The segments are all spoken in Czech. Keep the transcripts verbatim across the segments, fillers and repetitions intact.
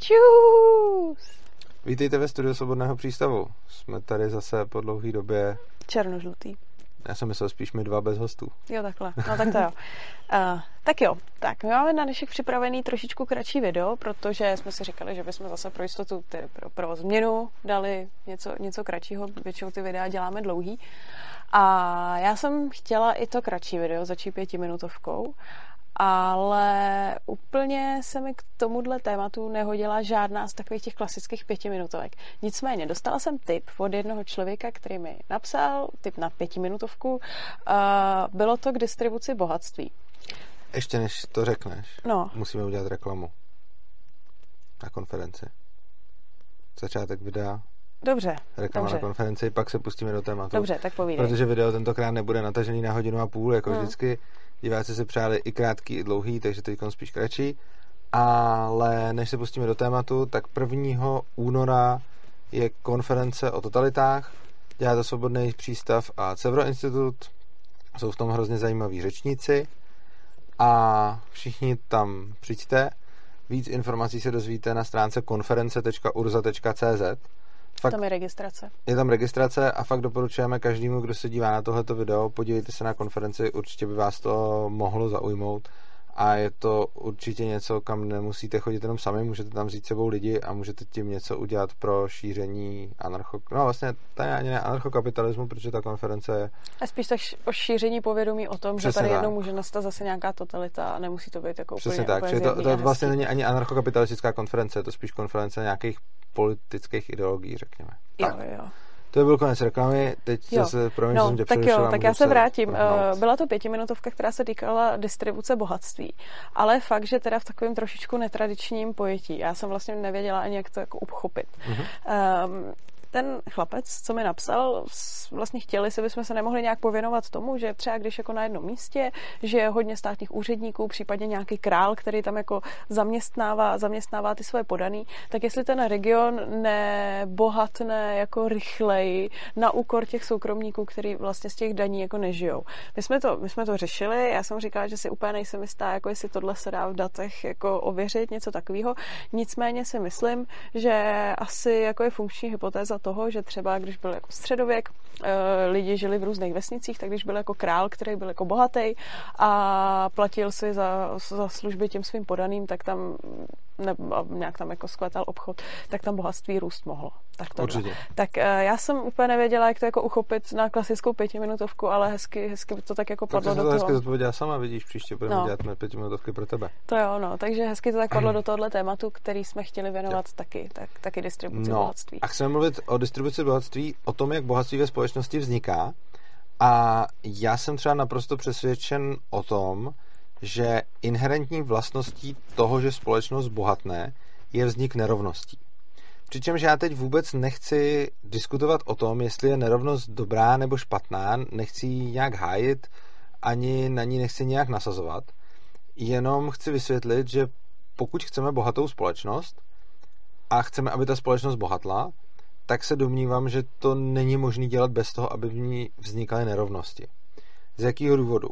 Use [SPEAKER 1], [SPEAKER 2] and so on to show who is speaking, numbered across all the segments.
[SPEAKER 1] Čus!
[SPEAKER 2] Vítejte ve studiu Svobodného přístavu. Jsme tady zase po dlouhé době.
[SPEAKER 1] Černožlutý.
[SPEAKER 2] Já jsem myslel spíš my dva bez hostů.
[SPEAKER 1] Jo, takhle. No tak to jo. Uh, tak jo, tak my máme na dnešek připravený trošičku kratší video, protože jsme si říkali, že bychom zase pro jistotu, tedy pro, pro změnu dali něco, něco kratšího, většinou ty videa děláme dlouhý. A já jsem chtěla i to kratší video začít pětiminutovkou, ale úplně se mi k tomuhle tématu nehodila žádná z takových těch klasických pětiminutovek. Nicméně dostala jsem tip od jednoho člověka, který mi napsal tip na pětiminutovku. Bylo to k distribuci bohatství.
[SPEAKER 2] Ještě než to řekneš,
[SPEAKER 1] no.
[SPEAKER 2] musíme udělat reklamu na konferenci. Začátek videa.
[SPEAKER 1] Dobře.
[SPEAKER 2] Reklama
[SPEAKER 1] dobře.
[SPEAKER 2] na konferenci, pak se pustíme do tématu.
[SPEAKER 1] Dobře, tak povídej.
[SPEAKER 2] Protože video tentokrát nebude natažený na hodinu a půl, jako hmm. vždycky. Diváci si přáli i krátký, i dlouhý, takže teď spíš kratší. Ale než se pustíme do tématu, tak prvního února je konference o totalitách. Dělá to Svobodný přístav a Cevro institut. Jsou v tom hrozně zajímaví řečníci. A všichni tam přijďte. Víc informací se dozvíte na stránce konference tečka urza tečka cé zet. Fakt,
[SPEAKER 1] tam je registrace.
[SPEAKER 2] Je tam registrace a fakt doporučujeme každému, kdo se dívá na tohleto video, podívejte se na konferenci, určitě by vás to mohlo zaujmout a je to určitě něco, kam nemusíte chodit jenom sami, můžete tam vzít sebou lidi a můžete tím něco udělat pro šíření anarcho... No vlastně to je ani ne anarchokapitalismu, protože ta konference je...
[SPEAKER 1] A spíš tak o šíření povědomí o tom,
[SPEAKER 2] Přesně
[SPEAKER 1] že tady
[SPEAKER 2] tak.
[SPEAKER 1] jednou může nastat zase nějaká totalita a nemusí to být jako
[SPEAKER 2] Přesně
[SPEAKER 1] úplně,
[SPEAKER 2] tak,
[SPEAKER 1] úplně
[SPEAKER 2] to, to, to vlastně
[SPEAKER 1] hezký.
[SPEAKER 2] není ani anarchokapitalistická konference, je to spíš konference nějakých politických ideologií, řekněme.
[SPEAKER 1] Jo,
[SPEAKER 2] tak.
[SPEAKER 1] jo.
[SPEAKER 2] To byl konec reklamy, teď
[SPEAKER 1] jo.
[SPEAKER 2] zase promiň,
[SPEAKER 1] no,
[SPEAKER 2] jsem tě
[SPEAKER 1] tak
[SPEAKER 2] přerušila.
[SPEAKER 1] jo, tak já se vrátím.
[SPEAKER 2] Prohnout.
[SPEAKER 1] Byla to pětiminutovka, která se týkala distribuce bohatství, ale fakt, že teda v takovém trošičku netradičním pojetí. Já jsem vlastně nevěděla ani, jak to jako uchopit. Mm-hmm. Um, ten chlapec, co mi napsal, vlastně chtěli, si bychom se nemohli nějak pověnovat tomu, že třeba když jako na jednom místě, že je hodně státních úředníků, případně nějaký král, který tam jako zaměstnává, zaměstnává ty svoje podaný, tak jestli ten region nebohatne jako rychleji na úkor těch soukromníků, který vlastně z těch daní jako nežijou. My jsme to, my jsme to řešili, já jsem říkala, že si úplně nejsem jistá, jako jestli tohle se dá v datech jako ověřit, něco takového. Nicméně si myslím, že asi jako je funkční hypotéza toho, že třeba když byl jako středověk, lidi žili v různých vesnicích, tak když byl jako král, který byl jako bohatý a platil si za, za služby těm svým podaným, tak tam ne, nějak tam jako skvětal obchod, tak tam bohatství růst mohlo. Tak, to tak já jsem úplně nevěděla, jak to jako uchopit na klasickou pětiminutovku, ale hezky, hezky to tak jako padlo
[SPEAKER 2] tak
[SPEAKER 1] do
[SPEAKER 2] to
[SPEAKER 1] toho.
[SPEAKER 2] hezky zodpověděla sama, vidíš, příště budeme
[SPEAKER 1] no.
[SPEAKER 2] dělat pětiminutovky pro tebe.
[SPEAKER 1] To jo, no, takže hezky to tak padlo do tohohle tématu, který jsme chtěli věnovat jo. taky, tak, taky distribuci
[SPEAKER 2] no,
[SPEAKER 1] bohatství.
[SPEAKER 2] A chceme mluvit o distribuci bohatství, o tom, jak bohatství ve společnosti vzniká. A já jsem třeba naprosto přesvědčen o tom, že inherentní vlastností toho, že společnost bohatne, je vznik nerovností. Přičemž já teď vůbec nechci diskutovat o tom, jestli je nerovnost dobrá nebo špatná, nechci ji nějak hájit, ani na ní nechci nějak nasazovat, jenom chci vysvětlit, že pokud chceme bohatou společnost a chceme, aby ta společnost bohatla, tak se domnívám, že to není možné dělat bez toho, aby v ní vznikaly nerovnosti. Z jakého důvodu?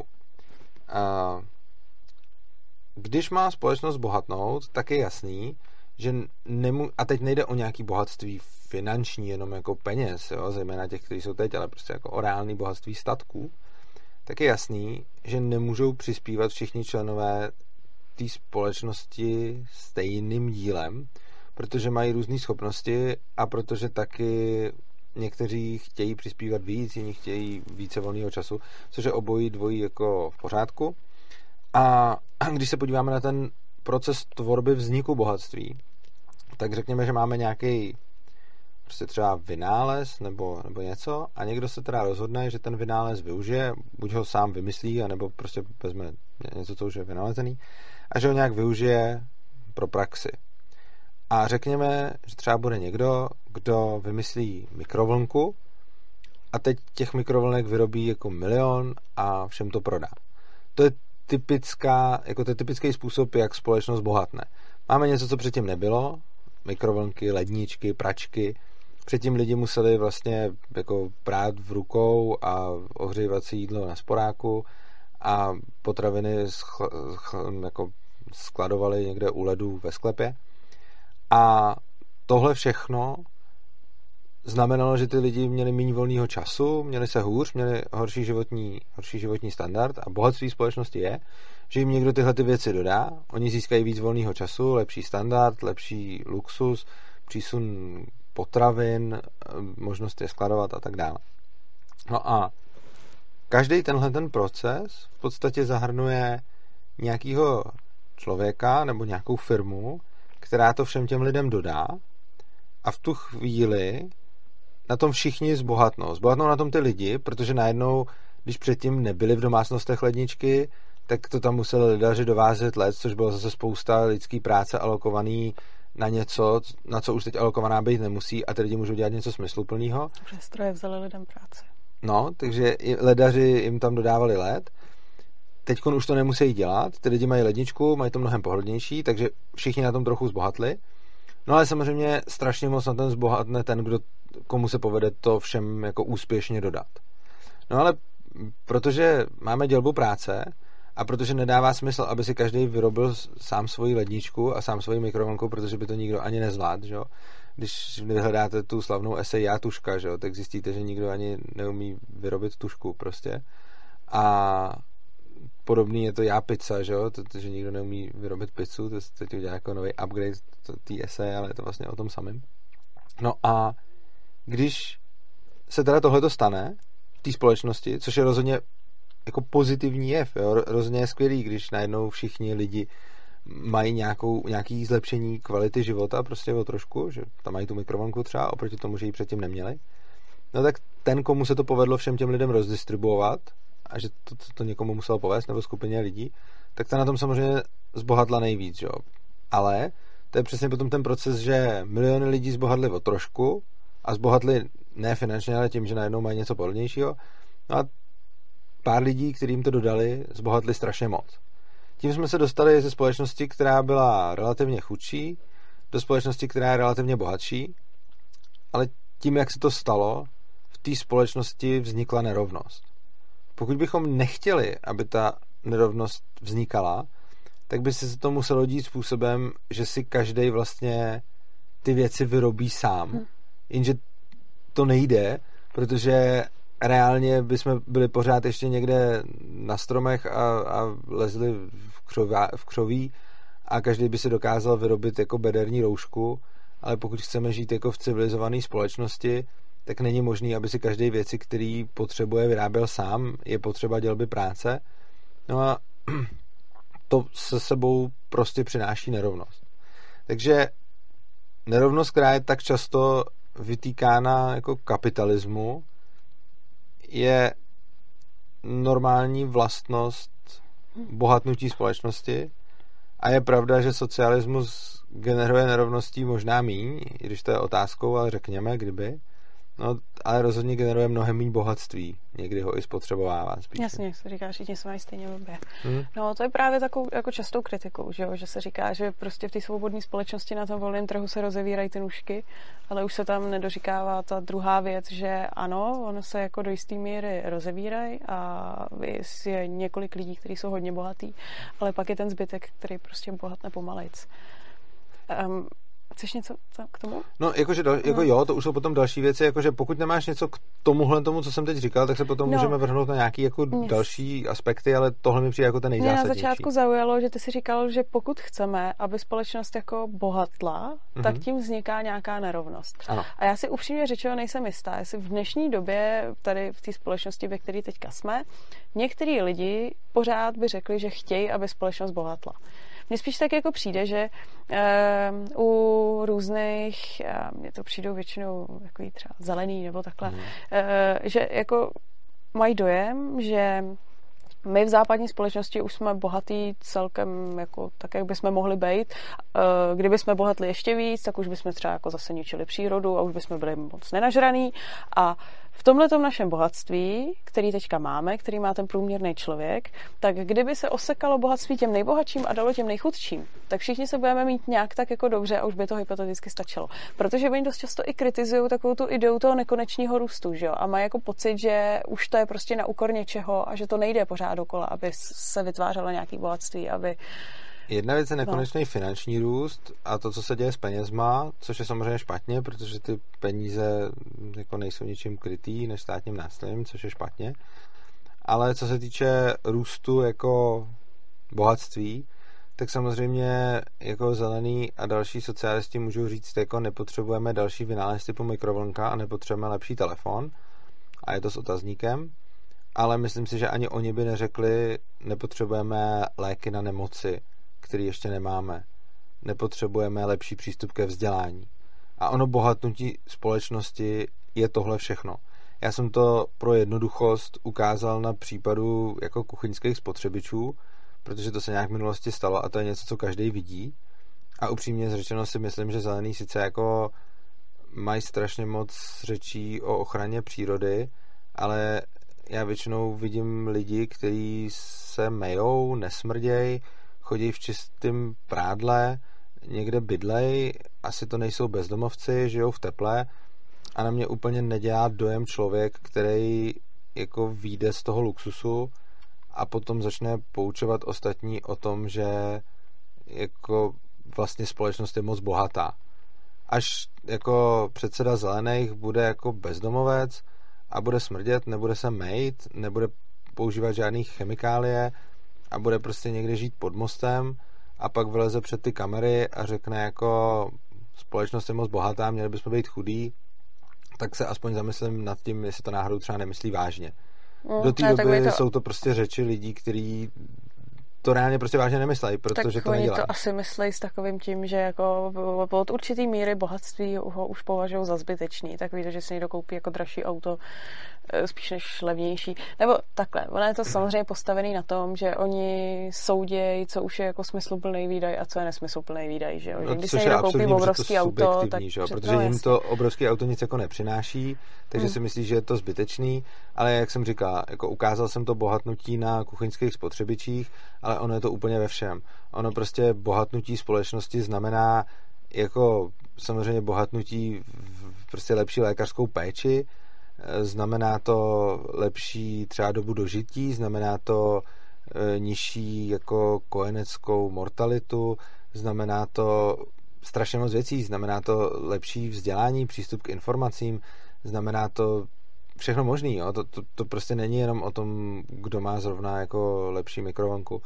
[SPEAKER 2] Když má společnost bohatnout, tak je jasný, že nemu, a teď nejde o nějaký bohatství finanční, jenom jako peněz, jo, zejména těch, kteří jsou teď, ale prostě jako o reálný bohatství statků, tak je jasný, že nemůžou přispívat všichni členové té společnosti stejným dílem, protože mají různé schopnosti a protože taky někteří chtějí přispívat víc, jiní chtějí více volného času, což je obojí dvojí jako v pořádku. A když se podíváme na ten proces tvorby vzniku bohatství, tak řekněme, že máme nějaký prostě třeba vynález nebo, nebo něco a někdo se teda rozhodne, že ten vynález využije, buď ho sám vymyslí, anebo prostě vezme něco, co už je vynalezený a že ho nějak využije pro praxi. A řekněme, že třeba bude někdo, kdo vymyslí mikrovlnku a teď těch mikrovlnek vyrobí jako milion a všem to prodá. To je typická, jako to je typický způsob, jak společnost bohatne. Máme něco, co předtím nebylo, mikrovlnky, ledničky, pračky. Předtím lidi museli vlastně jako prát v rukou a ohřívat si jídlo na sporáku a potraviny schl, schl, jako skladovali někde u ledu ve sklepě. A tohle všechno znamenalo, že ty lidi měli méně volného času, měli se hůř, měli horší životní, horší životní standard a bohatství společnosti je, že jim někdo tyhle ty věci dodá, oni získají víc volného času, lepší standard, lepší luxus, přísun potravin, možnost je skladovat a tak dále. No a každý tenhle ten proces v podstatě zahrnuje nějakého člověka nebo nějakou firmu, která to všem těm lidem dodá a v tu chvíli na tom všichni zbohatnou. Zbohatnou na tom ty lidi, protože najednou, když předtím nebyly v domácnostech ledničky, tak to tam museli lidaři dovázet led, což bylo zase spousta lidský práce alokovaný na něco, na co už teď alokovaná být nemusí a ty lidi můžou dělat něco smysluplného.
[SPEAKER 1] Takže stroje vzali lidem práci.
[SPEAKER 2] No, takže ledaři jim tam dodávali led. Teď už to nemusí dělat, ty lidi mají ledničku, mají to mnohem pohodlnější, takže všichni na tom trochu zbohatli. No ale samozřejmě strašně moc na ten zbohatne ten, kdo, komu se povede to všem jako úspěšně dodat. No ale protože máme dělbu práce a protože nedává smysl, aby si každý vyrobil sám svoji ledničku a sám svoji mikrovlnku, protože by to nikdo ani nezvládl, že jo. Když vyhledáte tu slavnou esej Já tuška, že jo, tak zjistíte, že nikdo ani neumí vyrobit tušku prostě. A podobný je to Já pizza, že jo, že nikdo neumí vyrobit pizzu, to se teď udělá jako nový upgrade té esej, ale je to vlastně o tom samém. No a když se teda tohleto stane v té společnosti, což je rozhodně jako pozitivní jev, jo, rozhodně je skvělý, když najednou všichni lidi mají nějakou, nějaký zlepšení kvality života prostě o trošku, že tam mají tu mikrovlnku třeba, oproti tomu, že ji předtím neměli. No tak ten, komu se to povedlo všem těm lidem rozdistribuovat a že to, to, to někomu muselo povést, nebo skupině lidí, tak ta na tom samozřejmě zbohatla nejvíc, jo. Ale to je přesně potom ten proces, že miliony lidí zbohatli o trošku a zbohatli ne finančně, ale tím, že najednou mají něco pohodlnějšího. No a pár lidí, kterým to dodali, zbohatli strašně moc. Tím jsme se dostali ze společnosti, která byla relativně chudší, do společnosti, která je relativně bohatší, ale tím, jak se to stalo, v té společnosti vznikla nerovnost. Pokud bychom nechtěli, aby ta nerovnost vznikala, tak by se to muselo dít způsobem, že si každý vlastně ty věci vyrobí sám. Hmm. Jenže to nejde, protože reálně bychom byli pořád ještě někde na stromech a, a lezli v, křová, v křoví a každý by si dokázal vyrobit jako bederní roušku, ale pokud chceme žít jako v civilizované společnosti, tak není možný, aby si každý věci, který potřebuje, vyráběl sám, je potřeba dělby práce. No a to se sebou prostě přináší nerovnost. Takže nerovnost, která je tak často vytýkána jako kapitalismu, je normální vlastnost bohatnutí společnosti a je pravda, že socialismus generuje nerovností možná míň, i když to je otázkou, ale řekněme, kdyby. No, ale rozhodně generuje mnohem méně bohatství. Někdy ho i spotřebovává spíš.
[SPEAKER 1] Jasně, jak se říká, všichni se mají stejně blbě.
[SPEAKER 2] Hmm.
[SPEAKER 1] No, to je právě takovou jako častou kritikou, že, jo? Že se říká, že prostě v té svobodné společnosti na tom volném trhu se rozevírají ty nůžky, ale už se tam nedoříkává ta druhá věc, že ano, ono se jako do jisté míry rozevírají a je několik lidí, kteří jsou hodně bohatý, ale pak je ten zbytek, který prostě bohatne pomalejc. Um, Chceš něco k tomu?
[SPEAKER 2] No, jakože dal, jako no. Jo, to už jsou potom další věci, jakože pokud nemáš něco k tomuhle tomu, co jsem teď říkal, tak se potom no. můžeme vrhnout na nějaký jako yes. další aspekty, ale tohle mi přijde jako ten nejzásadnější.
[SPEAKER 1] Mě na začátku zaujalo, že ty si říkal, že pokud chceme, aby společnost jako bohatla, mm-hmm. tak tím vzniká nějaká nerovnost.
[SPEAKER 2] Ano.
[SPEAKER 1] A já si upřímně řečeno nejsem jistá, jestli v dnešní době tady v té společnosti, ve které teďka jsme, některý lidi pořád by řekli, že chtějí, aby společnost bohatla. Mně spíš tak jako přijde, že uh, u různých, uh, mně to přijdou většinou takový třeba zelený nebo takhle, mm. uh, že jako mají dojem, že my v západní společnosti už jsme bohatý celkem jako tak, jak bychom mohli být. Kdyby jsme bohatli ještě víc, tak už bychom třeba jako zase ničili přírodu a už bychom byli moc nenažraný. A v tomhletom našem bohatství, který teďka máme, který má ten průměrný člověk, tak kdyby se osekalo bohatství těm nejbohatším a dalo těm nejchudším, tak všichni se budeme mít nějak tak jako dobře a už by to hypoteticky stačilo. Protože oni dost často i kritizují takovou tu ideu toho nekonečního růstu, že jo? A mají jako pocit, že už to je prostě na úkor něčeho a že to nejde pořád dokola, aby se vytvářelo nějaké bohatství, aby
[SPEAKER 2] Jedna věc je nekonečný no. finanční růst a to, co se děje s penězma, což je samozřejmě špatně, protože ty peníze jako nejsou ničím krytý než státním nástrojem, což je špatně. Ale co se týče růstu jako bohatství, tak samozřejmě jako zelený a další socialisti můžou říct, jako nepotřebujeme další vynález typu mikrovlnka a nepotřebujeme lepší telefon a je to s otazníkem, ale myslím si, že ani oni by neřekli, nepotřebujeme léky na nemoci, který ještě nemáme, nepotřebujeme lepší přístup ke vzdělání. A ono bohatnutí společnosti je tohle všechno. Já jsem to pro jednoduchost ukázal na případu jako kuchyňských spotřebičů, protože to se nějak v minulosti stalo a to je něco, co každý vidí. A upřímně řečeno si myslím, že zelení sice jako mají strašně moc řečí o ochraně přírody, ale já většinou vidím lidi, kteří se mejou, nesmrděj, chodí v čistém prádle, někde bydlej, asi to nejsou bezdomovci, žijou v teple a na mě úplně nedělá dojem člověk, který jako vyjde z toho luxusu a potom začne poučovat ostatní o tom, že jako vlastně společnost je moc bohatá. Až jako předseda zelených bude jako bezdomovec a bude smrdět, nebude se mejt, nebude používat žádný chemikálie a bude prostě někde žít pod mostem a pak vyleze před ty kamery a řekne jako společnost je moc bohatá, měli bychom být chudí, tak se aspoň zamyslím nad tím, jestli to náhodou třeba nemyslí vážně. Mm, Do té doby to... jsou to prostě řeči lidí, kteří to reálně prostě vážně nemyslejí, protože
[SPEAKER 1] tak
[SPEAKER 2] to nedělají.
[SPEAKER 1] Tak to asi myslí s takovým tím, že jako od určitý míry bohatství ho už považují za zbytečný. Tak víte, že si někdo koupí jako dražší auto spíš než levnější. Nebo takhle, ono je to samozřejmě postavený na tom, že oni soudějí, co už je jako smysluplný výdaj a co je nesmysluplný výdaj. Že,
[SPEAKER 2] no,
[SPEAKER 1] že když se někdo koupí obrovský auto, tak
[SPEAKER 2] že? Protože jim to obrovský auto nic jako nepřináší, takže hmm. si myslí, že je to zbytečný, ale jak jsem říkal, jako ukázal jsem to bohatnutí na kuchyňských spotřebičích, ale ono je to úplně ve všem. Ono prostě bohatnutí společnosti znamená jako samozřejmě bohatnutí v prostě lepší lékařskou péči, znamená to lepší třeba dobu dožití, znamená to e, nižší jako kojeneckou mortalitu, znamená to strašně moc věcí, znamená to lepší vzdělání, přístup k informacím, znamená to všechno možný, jo? To, to, to prostě není jenom o tom, kdo má zrovna jako lepší mikrovlnku.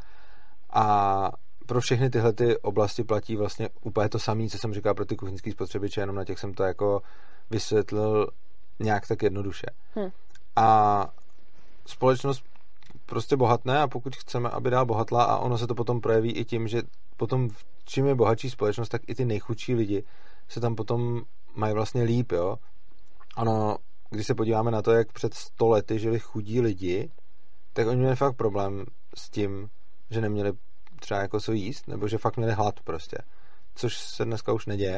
[SPEAKER 2] A pro všechny tyhle ty oblasti platí vlastně úplně to samé, co jsem říkal pro ty kuchyňský spotřebiče, jenom na těch jsem to jako vysvětlil nějak tak jednoduše. Hmm. A společnost prostě bohatne a pokud chceme, aby dál bohatla a ono se to potom projeví i tím, že potom čím je bohatší společnost, tak i ty nejchudší lidi se tam potom mají vlastně líp, jo. Ano, když se podíváme na to, jak před sto lety žili chudí lidi, tak oni měli fakt problém s tím, že neměli třeba jako co jíst, nebo že fakt měli hlad prostě. Což se dneska už neděje.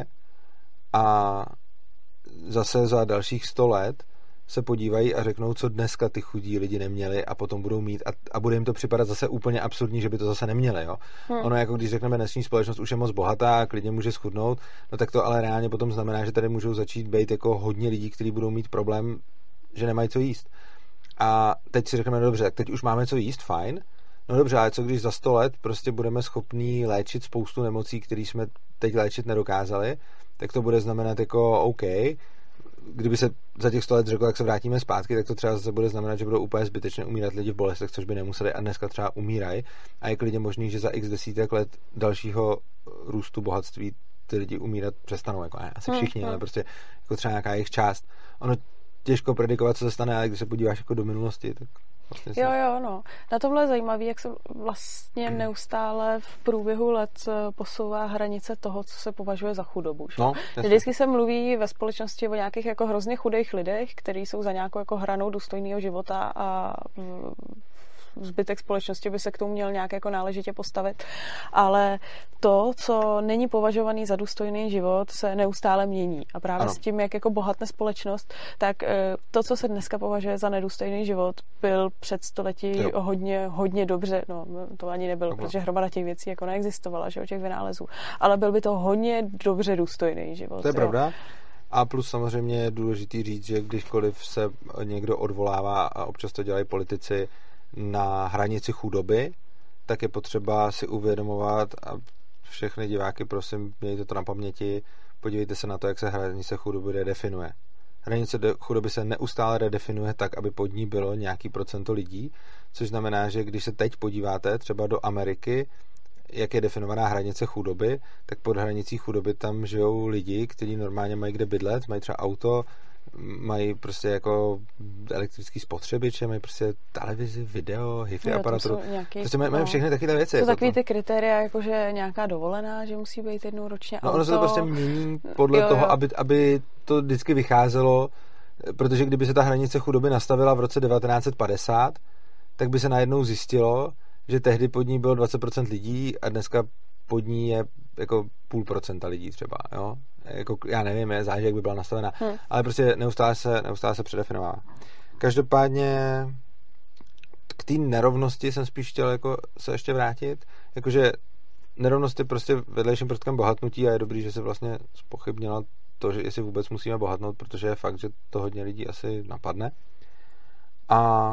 [SPEAKER 2] A zase za dalších sto let se podívají a řeknou, co dneska ty chudí lidi neměli a potom budou mít a, a bude jim to připadat zase úplně absurdní, že by to zase neměli, jo. Hmm. Ono jako když řekneme, dnešní společnost už je moc bohatá a klidně může schudnout, no tak to ale reálně potom znamená, že tady můžou začít být jako hodně lidí, kteří budou mít problém, že nemají co jíst. A teď si řekneme, dobře, tak teď už máme co jíst, fajn. No dobře, ale co když za sto let prostě budeme schopní léčit spoustu nemocí, které jsme teď léčit nedokázali, tak to bude znamenat jako OK, kdyby se za těch sto let řeklo, jak se vrátíme zpátky, tak to třeba zase bude znamenat, že budou úplně zbytečně umírat lidi v bolestech, což by nemuseli a dneska třeba umírají. A je klidně možný, že za x desítek let dalšího růstu bohatství ty lidi umírat přestanou. Jako ne, asi všichni, hmm, ale prostě jako třeba nějaká jejich část. Ono těžko predikovat, co se stane, ale když se podíváš jako do minulosti, tak vlastně
[SPEAKER 1] jo, jo, no. Na tomhle je zajímavý, jak se vlastně neustále v průběhu let posouvá hranice toho, co se považuje za chudobu.
[SPEAKER 2] No,
[SPEAKER 1] vždycky se mluví ve společnosti o nějakých jako hrozně chudých lidech, kteří jsou za nějakou jako hranou důstojného života a zbytek společnosti by se k tomu měl nějak jako náležitě postavit. Ale to, co není považovaný za důstojný život, se neustále mění. A právě ano. S tím, jak jako bohatne společnost, tak to, co se dneska považuje za nedůstojný život, byl před století jo. hodně, hodně dobře. No, to ani nebylo, Dobře. protože hromada těch věcí jako neexistovala, že o těch vynálezů. Ale byl by to hodně dobře důstojný život.
[SPEAKER 2] To je
[SPEAKER 1] jo.
[SPEAKER 2] pravda. A plus samozřejmě je důležitý říct, že kdykoliv se někdo odvolává, a občas to dělají politici, na hranici chudoby, tak je potřeba si uvědomovat a všechny diváky, prosím, mějte to na paměti, podívejte se na to, jak se hranice chudoby redefinuje. Hranice chudoby se neustále redefinuje tak, aby pod ní bylo nějaký procento lidí, což znamená, že když se teď podíváte třeba do Ameriky, jak je definovaná hranice chudoby, tak pod hranicí chudoby tam žijou lidi, kteří normálně mají kde bydlet, mají třeba auto, mají prostě jako elektrický spotřebiče, mají prostě televizi, video, hi-fi
[SPEAKER 1] jo,
[SPEAKER 2] aparaturu.
[SPEAKER 1] Nějaký,
[SPEAKER 2] prostě mají, mají všechny taky ty věci.
[SPEAKER 1] To
[SPEAKER 2] jako
[SPEAKER 1] takový
[SPEAKER 2] to.
[SPEAKER 1] Ty kritéria, jakože nějaká dovolená, že musí být jednou ročně
[SPEAKER 2] no,
[SPEAKER 1] auto.
[SPEAKER 2] ono se to prostě mění podle
[SPEAKER 1] jo,
[SPEAKER 2] toho,
[SPEAKER 1] jo.
[SPEAKER 2] Aby, aby to vždycky vycházelo, protože kdyby se ta hranice chudoby nastavila v roce devatenáct set padesát, tak by se najednou zjistilo, že tehdy pod ní bylo dvacet procent lidí a dneska pod ní je jako půl procenta lidí třeba, jo. Jako, já nevím, je, záleží, jak by byla nastavena, hmm. ale prostě neustále se, neustále se předefinová. Každopádně k té nerovnosti jsem spíš chtěl jako se ještě vrátit, jakože nerovnost je prostě vedlejším prvkem bohatnutí a je dobrý, že se vlastně zpochybnila to, že jestli vůbec musíme bohatnout, protože je fakt, že to hodně lidí asi napadne. A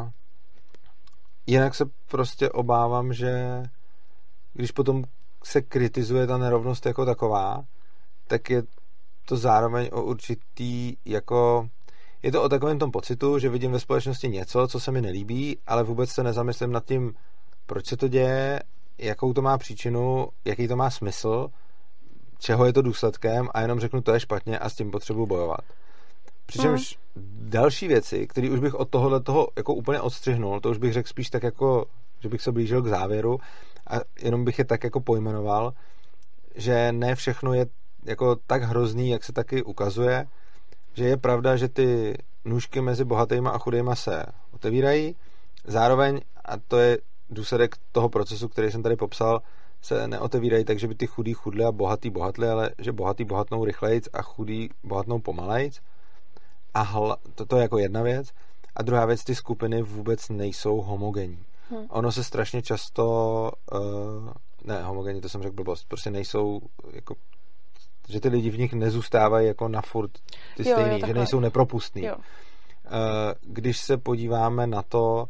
[SPEAKER 2] jinak se prostě obávám, že když potom se kritizuje ta nerovnost jako taková, tak je to zároveň o určitý jako je to o takovém tom pocitu, že vidím ve společnosti něco, co se mi nelíbí, ale vůbec se nezamyslím nad tím, proč se to děje, jakou to má příčinu, jaký to má smysl, čeho je to důsledkem a jenom řeknu, to je špatně a s tím potřebuji bojovat. Přičemž hmm. další věci, které už bych od tohohle toho jako úplně odstřihnul, to už bych řekl spíš tak jako, že bych se blížil k závěru a jenom bych je tak jako pojmenoval, že ne všechno je jako tak hrozný, jak se taky ukazuje, že je pravda, že ty nůžky mezi bohatýma a chudýma se otevírají, zároveň, a to je důsledek toho procesu, který jsem tady popsal, se neotevírají tak, že by ty chudí chudli a bohatý bohatli, ale že bohatý bohatnou rychlejc a chudí bohatnou pomalejc. A hla, to, to je jako jedna věc. A druhá věc, ty skupiny vůbec nejsou homogenní. Hmm. Ono se strašně často uh, ne, homogenní, to jsem řekl blbost, prostě nejsou jako že ty lidi v nich nezůstávají jako na furt ty
[SPEAKER 1] jo,
[SPEAKER 2] stejný,
[SPEAKER 1] jo,
[SPEAKER 2] že nejsou nepropustný.
[SPEAKER 1] Jo.
[SPEAKER 2] Když se podíváme na to,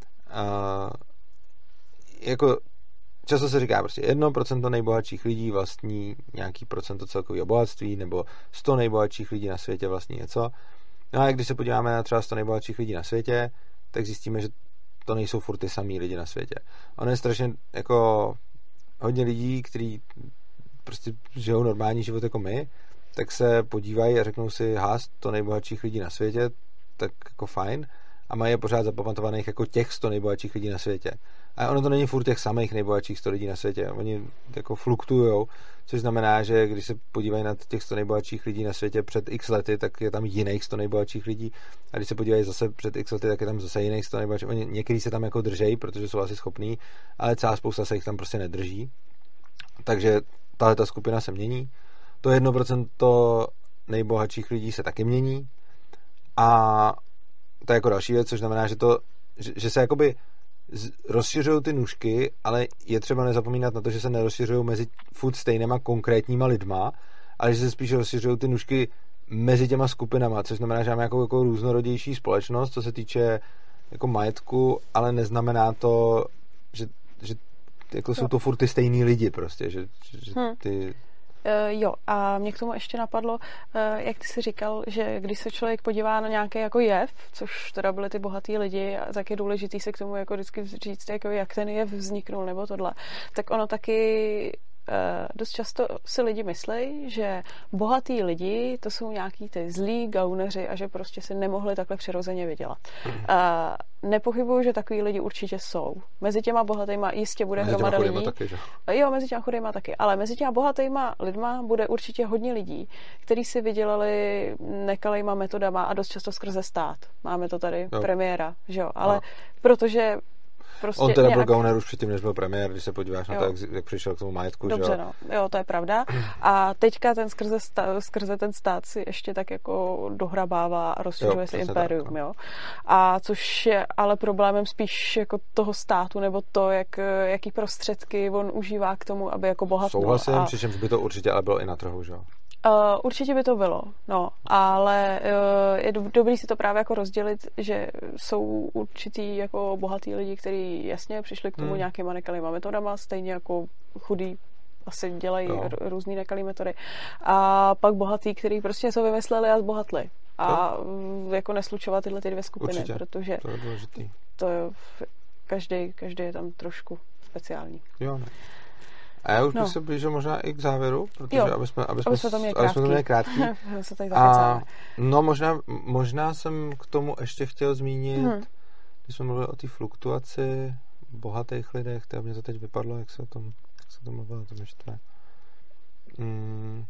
[SPEAKER 2] jako často se říká prostě jedno procento nejbohatších lidí vlastní nějaký procento celkového bohatství, nebo sto nejbohatších lidí na světě vlastní něco. No a když se podíváme na třeba sto nejbohatších lidí na světě, tak zjistíme, že to nejsou furt ty samý lidi na světě. Ono je strašně jako hodně lidí, kteří prostě žijou normální život jako my, tak se podívají a řeknou si, há, sto nejbohatších lidí na světě, tak jako fajn, a mají je pořád zapamatovaných jako těch sto nejbohatších lidí na světě. A ono to není furt těch samých nejbohatších sto lidí na světě. Oni jako fluktujou, což znamená, že když se podívají na těch sto nejbohatších lidí na světě před x lety, tak je tam jiných sto nejbohatších lidí. A když se podívají zase před x lety, tak je tam zase jiných sto nejbohatších. Oni někteří se tam jako držejí, protože jsou asi schopní, ale celá spousta se jich tam prostě nedrží. Takže tahle ta skupina se mění. To jedno procento nejbohatších lidí se taky mění. A to je jako další věc, což znamená, že to, že, že se jakoby rozšiřují ty nůžky, ale je třeba nezapomínat na to, že se nerozšiřují mezi furt stejnýma konkrétníma lidma, ale že se spíš rozšiřují ty nůžky mezi těma skupinama, což znamená, že máme jako, jako různorodější společnost, co se týče jako majetku, ale neznamená to, že, že jako jsou to furt ty stejný lidi prostě, že, že hmm. ty...
[SPEAKER 1] Uh, jo, a mě k tomu ještě napadlo, uh, jak ty jsi říkal, že když se člověk podívá na nějaký jako jev, což teda byly ty bohatý lidi, tak je důležitý se k tomu jako vždycky říct, jako jak ten jev vzniknul nebo tohle, tak ono taky uh, dost často si lidi myslejí, že bohatý lidi to jsou nějaký ty zlí gauneři a že prostě si nemohli takhle přirozeně vydělat. Uh, nepochybuju, že takový lidi určitě jsou. Mezi těma bohatýma jistě bude
[SPEAKER 2] mezi
[SPEAKER 1] hromada lidí.
[SPEAKER 2] Taky, že?
[SPEAKER 1] Jo, mezi těma chudýma taky. Ale mezi těma bohatýma lidma bude určitě hodně lidí, kteří si vydělali nekalejma metodama a dost často skrze stát. Máme to tady, jo. Premiéra, že jo. Ale no. protože prostě
[SPEAKER 2] on teda
[SPEAKER 1] nějak...
[SPEAKER 2] byl gauner už předtím, než byl premiér, když se podíváš jo. na to, jak, jak přišel k tomu majetku.
[SPEAKER 1] Dobře,
[SPEAKER 2] že jo?
[SPEAKER 1] no. Jo, to je pravda. A teďka ten skrze, sta, skrze ten stát si ještě tak jako dohrabává a rozšiřuje si impérium, tak, no. jo. A což je ale problémem spíš jako toho státu, nebo to, jak, jaký prostředky on užívá k tomu, aby jako bohatnul.
[SPEAKER 2] Souhlasím,
[SPEAKER 1] a...
[SPEAKER 2] přičemž by to určitě ale bylo i na trhu, že jo.
[SPEAKER 1] Uh, určitě by to bylo, no, ale uh, je do, dobrý si to právě jako rozdělit, že jsou určitý jako bohatý lidi, kteří jasně přišli k tomu hmm. nějakýma nekalýma metodama, stejně jako chudý asi dělají r- různý nekalý metody. A pak bohatý, který prostě něco vymysleli a zbohatli. A to? jako neslučovat tyhle ty dvě skupiny,
[SPEAKER 2] určitě.
[SPEAKER 1] Protože
[SPEAKER 2] to je důležitý.
[SPEAKER 1] To je, každý, každý je tam trošku speciální.
[SPEAKER 2] Jo, ne. A já už
[SPEAKER 1] no.
[SPEAKER 2] bych se blížil možná i k závěru, protože
[SPEAKER 1] jo,
[SPEAKER 2] aby jsme, aby jsme,
[SPEAKER 1] aby jsme to měli
[SPEAKER 2] aby jsme to měli krátký.
[SPEAKER 1] se tady
[SPEAKER 2] a no možná, možná jsem k tomu ještě chtěl zmínit, hmm. když jsme mluvili o té fluktuaci bohatých lidech, to mě to teď vypadlo, jak se o tom, jak se o tom mluvilo, to mě štve. Hmm.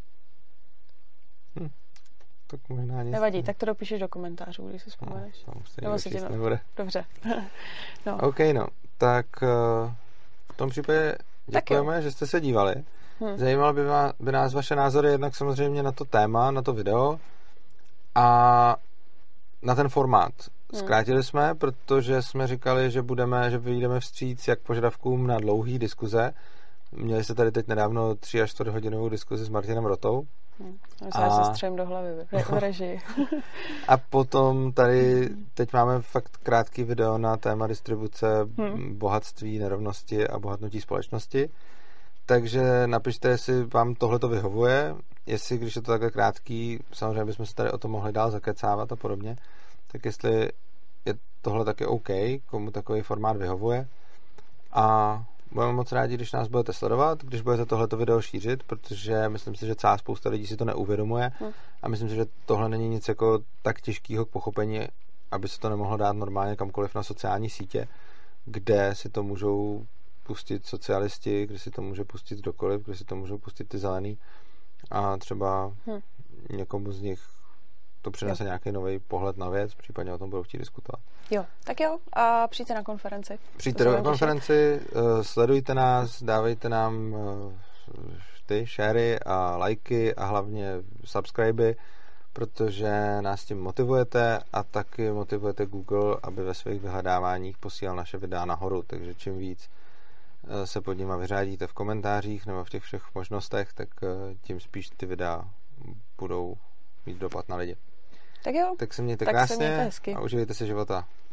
[SPEAKER 2] Hm. Tak možná nic.
[SPEAKER 1] Nevadí, tak to dopíšeš do komentářů, když si vzpomeneš.
[SPEAKER 2] No,
[SPEAKER 1] Nebo si tě
[SPEAKER 2] nebude.
[SPEAKER 1] Dobře. no.
[SPEAKER 2] OK, no. Tak uh, v tom případě děkujeme, že jste se dívali. Hmm. Zajímalo by, má, by nás vaše názory jednak samozřejmě na to téma, na to video a na ten formát. Zkrátili jsme, protože jsme říkali, že budeme, že vyjdeme vstříc jak požadavkům na dlouhý diskuze. Měli jste tady teď nedávno tři až čtyři hodinovou diskuzi s Martinem Rotou.
[SPEAKER 1] Hmm. Já se střelím do hlavy v režii.
[SPEAKER 2] A potom tady teď máme fakt krátký video na téma distribuce hmm. bohatství, nerovnosti a bohatnutí společnosti. Takže napište, jestli vám tohle to vyhovuje, jestli, když je to takhle krátký, samozřejmě bychom se tady o tom mohli dál zakecávat a podobně, tak jestli je tohle taky OK, komu takový formát vyhovuje. A budeme moc rádi, když nás budete sledovat, když budete tohleto video šířit, protože myslím si, že celá spousta lidí si to neuvědomuje hmm. a myslím si, že tohle není nic jako tak těžkého k pochopení, aby se to nemohlo dát normálně kamkoliv na sociální sítě, kde si to můžou pustit socialisti, kde si to může pustit kdokoliv, kde si to můžou pustit ty zelený a třeba hmm. někomu z nich to přinese jo. nějaký nový pohled na věc, případně o tom budou chtít diskutovat.
[SPEAKER 1] Jo, tak jo. A přijďte na konferenci.
[SPEAKER 2] Přijďte na konferenci, uh, sledujte nás, dávejte nám uh, ty šéry a lajky a hlavně subscriby, protože nás tím motivujete a taky motivujete Google, aby ve svých vyhledáváních posílal naše videa nahoru, takže čím víc uh, se pod nima vyřádíte v komentářích nebo v těch všech možnostech, tak uh, tím spíš ty videa budou mít dopad na lidi.
[SPEAKER 1] Tak jo.
[SPEAKER 2] Tak se mějte
[SPEAKER 1] tak
[SPEAKER 2] krásně
[SPEAKER 1] se mějte hezky.
[SPEAKER 2] A užijte si života.